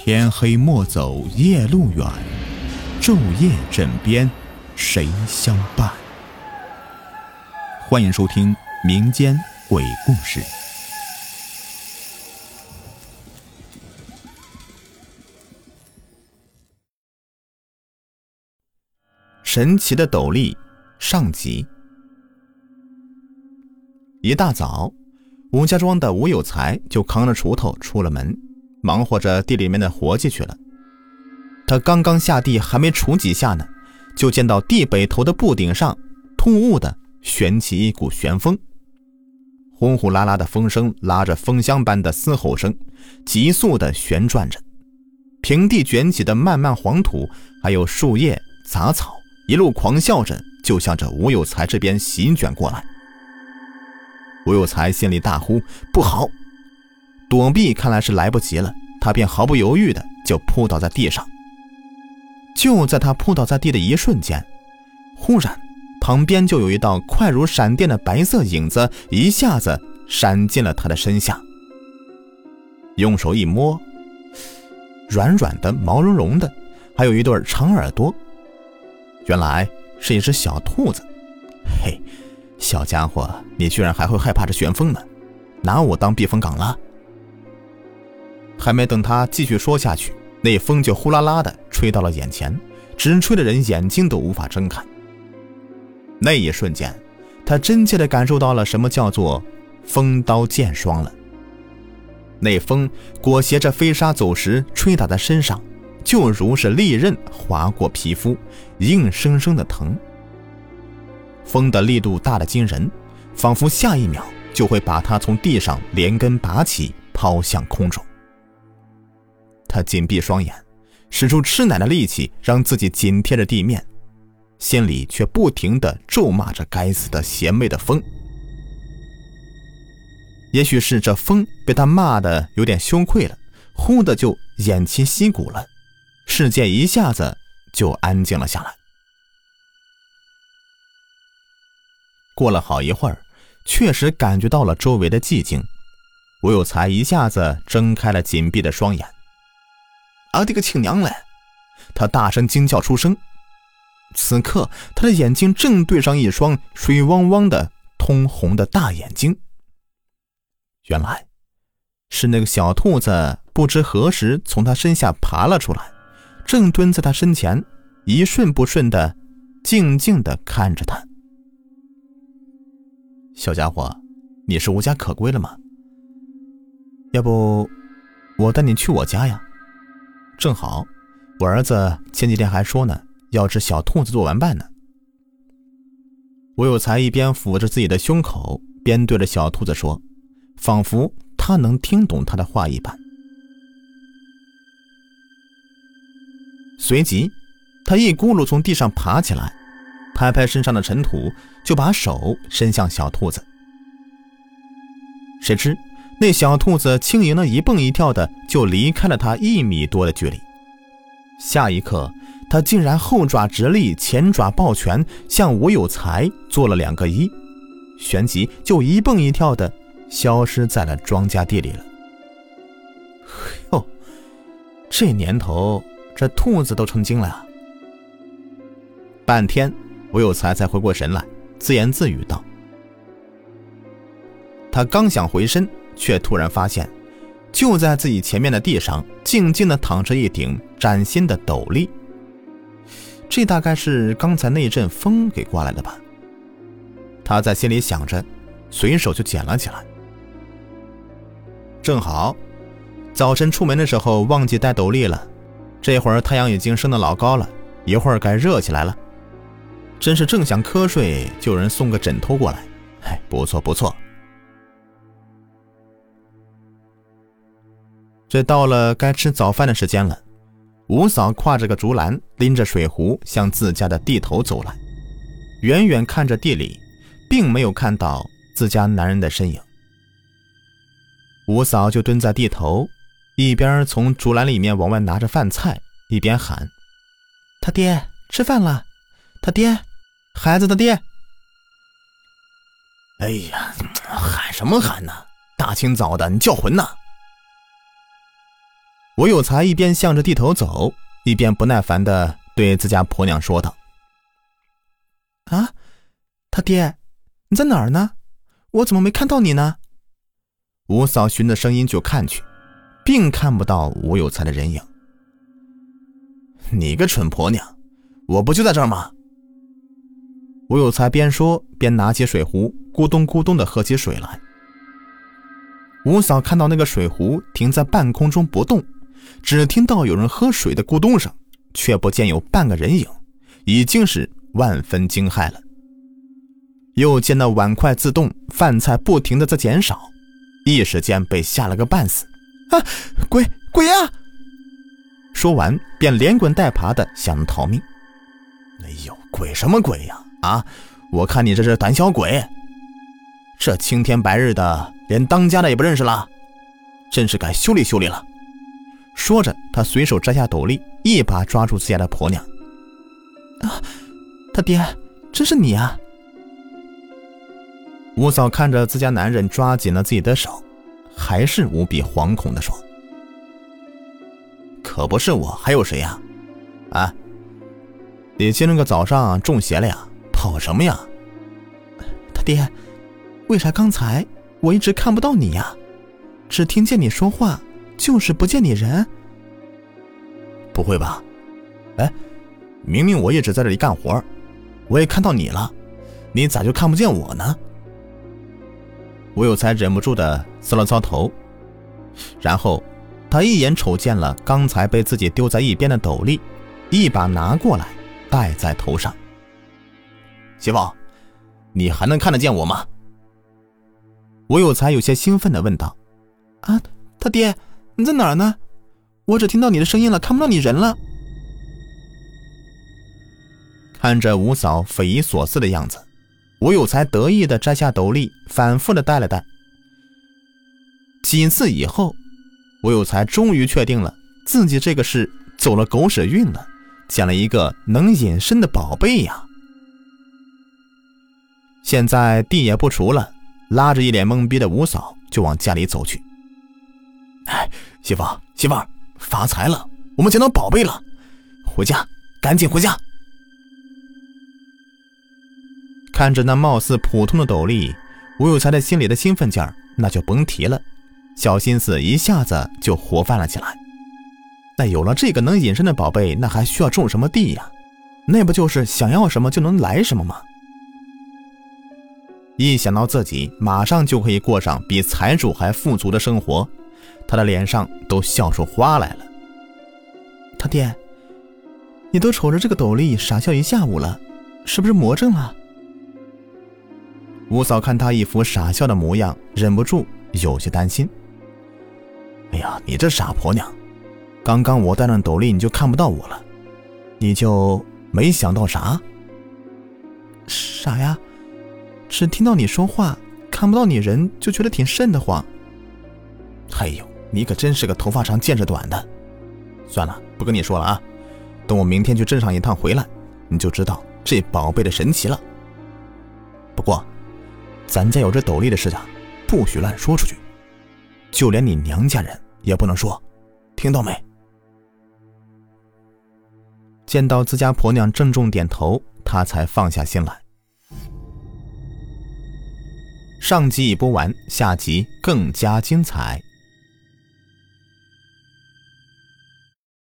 天黑莫走夜路远，昼夜枕边谁相伴？欢迎收听民间鬼故事。神奇的斗笠上集。一大早，吴家庄的吴有才就扛着锄头出了门，忙活着地里面的活计去了。他刚刚下地还没锄几下呢，就见到地北头的布顶上突兀的旋起一股旋风，呼呼啦啦的风声拉着风箱般的嘶吼声，急速的旋转着。平地卷起的漫漫黄土还有树叶杂草一路狂笑着就向着吴有才这边席卷过来。吴有才心里大呼不好，躲避看来是来不及了，他便毫不犹豫的就扑倒在地上。就在他扑倒在地的一瞬间，忽然旁边就有一道快如闪电的白色影子一下子闪进了他的身下。用手一摸，软软的毛茸茸的，还有一对长耳朵，原来是一只小兔子。嘿，小家伙，你居然还会害怕这旋风呢，拿我当避风港了？还没等他继续说下去，那风就呼啦啦的吹到了眼前，直吹的人眼睛都无法睁开。那一瞬间，他真切地感受到了什么叫做风刀剑霜了。那风裹挟着飞沙走石吹打在身上，就如是利刃划过皮肤，硬生生的疼。风的力度大得惊人，仿佛下一秒就会把他从地上连根拔起，抛向空中。他紧闭双眼，使出吃奶的力气让自己紧贴着地面，心里却不停地咒骂着该死的邪魅的风。也许是这风被他骂得有点羞愧了，忽的就偃旗息鼓了，世界一下子就安静了下来。过了好一会儿，确实感觉到了周围的寂静，吴有才一下子睁开了紧闭的双眼。啊，这个亲娘嘞！他大声惊叫出声。此刻他的眼睛正对上一双水汪汪的通红的大眼睛，原来是那个小兔子不知何时从他身下爬了出来，正蹲在他身前，一顺不顺的静静的看着他。小家伙，你是无家可归了吗？要不我带你去我家呀？正好我儿子前几天还说呢，要只小兔子做玩伴呢。吴有才一边抚着自己的胸口，边对着小兔子说，仿佛他能听懂他的话一般。随即他一咕噜从地上爬起来，拍拍身上的尘土，就把手伸向小兔子。谁知那小兔子轻盈的一蹦一跳的就离开了他1米多的距离。下一刻，他竟然后爪直立，前爪抱拳，向吴有才做了2个揖，旋即就一蹦一跳的消失在了庄稼地里了。哟，这年头这兔子都成精了啊！半天吴有才才回过神来，自言自语道。他刚想回身，却突然发现就在自己前面的地上静静地躺着一顶崭新的斗笠，这大概是刚才那阵风给刮来的吧。他在心里想着，随手就捡了起来。正好早晨出门的时候忘记带斗笠了，这会儿太阳已经升得老高了，一会儿该热起来了。真是正想瞌睡，就有人送个枕头过来，不错不错。这到了该吃早饭的时间了，吴嫂挎着个竹篮，拎着水壶向自家的地头走来，远远看着地里，并没有看到自家男人的身影。吴嫂就蹲在地头，一边从竹篮里面往外拿着饭菜，一边喊，他爹吃饭了，他爹，孩子的爹。哎呀，喊什么喊呢？大清早的，你叫魂呢？ 吴有才一边向着地头走，一边不耐烦地对自家婆娘说道： 啊，他爹，你在哪儿呢？我怎么没看到你呢？ 吴嫂循着声音就看去，并看不到吴有才的人影。你个蠢婆娘，我不就在这儿吗？吴有才边说边拿起水壶，咕咚咕咚地喝起水来。吴嫂看到那个水壶停在半空中不动，只听到有人喝水的咕咚声，却不见有半个人影，已经是万分惊骇了。又见那碗筷自动，饭菜不停地在减少，一时间被吓了个半死。 啊，鬼呀！ 说完便连滚带爬的想逃命。哎呦，鬼什么鬼呀！啊，我看你这是胆小鬼，这青天白日的，连当家的也不认识了，真是该修理修理了。说着，他随手摘下斗笠，一把抓住自家的婆娘。 啊，他爹，真是你啊！ 吴嫂看着自家男人抓紧了自己的手，还是无比惶恐地说：可不是我，还有谁呀？啊，你今儿个早上中邪了呀？跑什么呀？ 他爹，为啥刚才我一直看不到你呀？只听见你说话，就是不见你人。 不会吧？哎，明明我一直在这里干活，我也看到你了，你咋就看不见我呢？吴有才忍不住的搔了搔头，然后他一眼瞅见了刚才被自己丢在一边的斗笠，一把拿过来戴在头上。媳妇，你还能看得见我吗？吴有才有些兴奋地问道。 啊，他爹，你在哪儿呢？我只听到你的声音了，看不到你人了。 看着吴嫂匪夷所思的样子，吴有才得意地摘下斗笠，反复地戴了戴。几次以后，吴有才终于确定了自己这个是走了狗屎运了，捡了一个能隐身的宝贝呀。现在地也不除了，拉着一脸懵逼的吴嫂就往家里走去。哎，媳妇，发财了，我们捡到宝贝了，回家，赶紧回家。看着那貌似普通的斗笠，吴有才的心里的兴奋劲儿那就甭提了，小心思一下子就活泛了起来。那有了这个能隐身的宝贝，那还需要种什么地呀？那不就是想要什么就能来什么吗？一想到自己马上就可以过上比财主还富足的生活，他的脸上都笑出花来了。 他爹，你都瞅着这个斗笠傻笑一下午了，是不是魔怔了？ 吴嫂看他一副傻笑的模样，忍不住有些担心。哎呀，你这傻婆娘，刚刚我戴上斗笠你就看不到我了，你就没想到啥？ 傻呀，只听到你说话，看不到你人，就觉得挺瘆得慌。 哎呦，你可真是个头发长见识短的。算了，不跟你说了啊，等我明天去镇上一趟回来，你就知道这宝贝的神奇了。不过咱家有这斗笠的事啊，不许乱说出去，就连你娘家人也不能说，听到没？见到自家婆娘郑重点头，他才放下心来。上集已播完，下集更加精彩。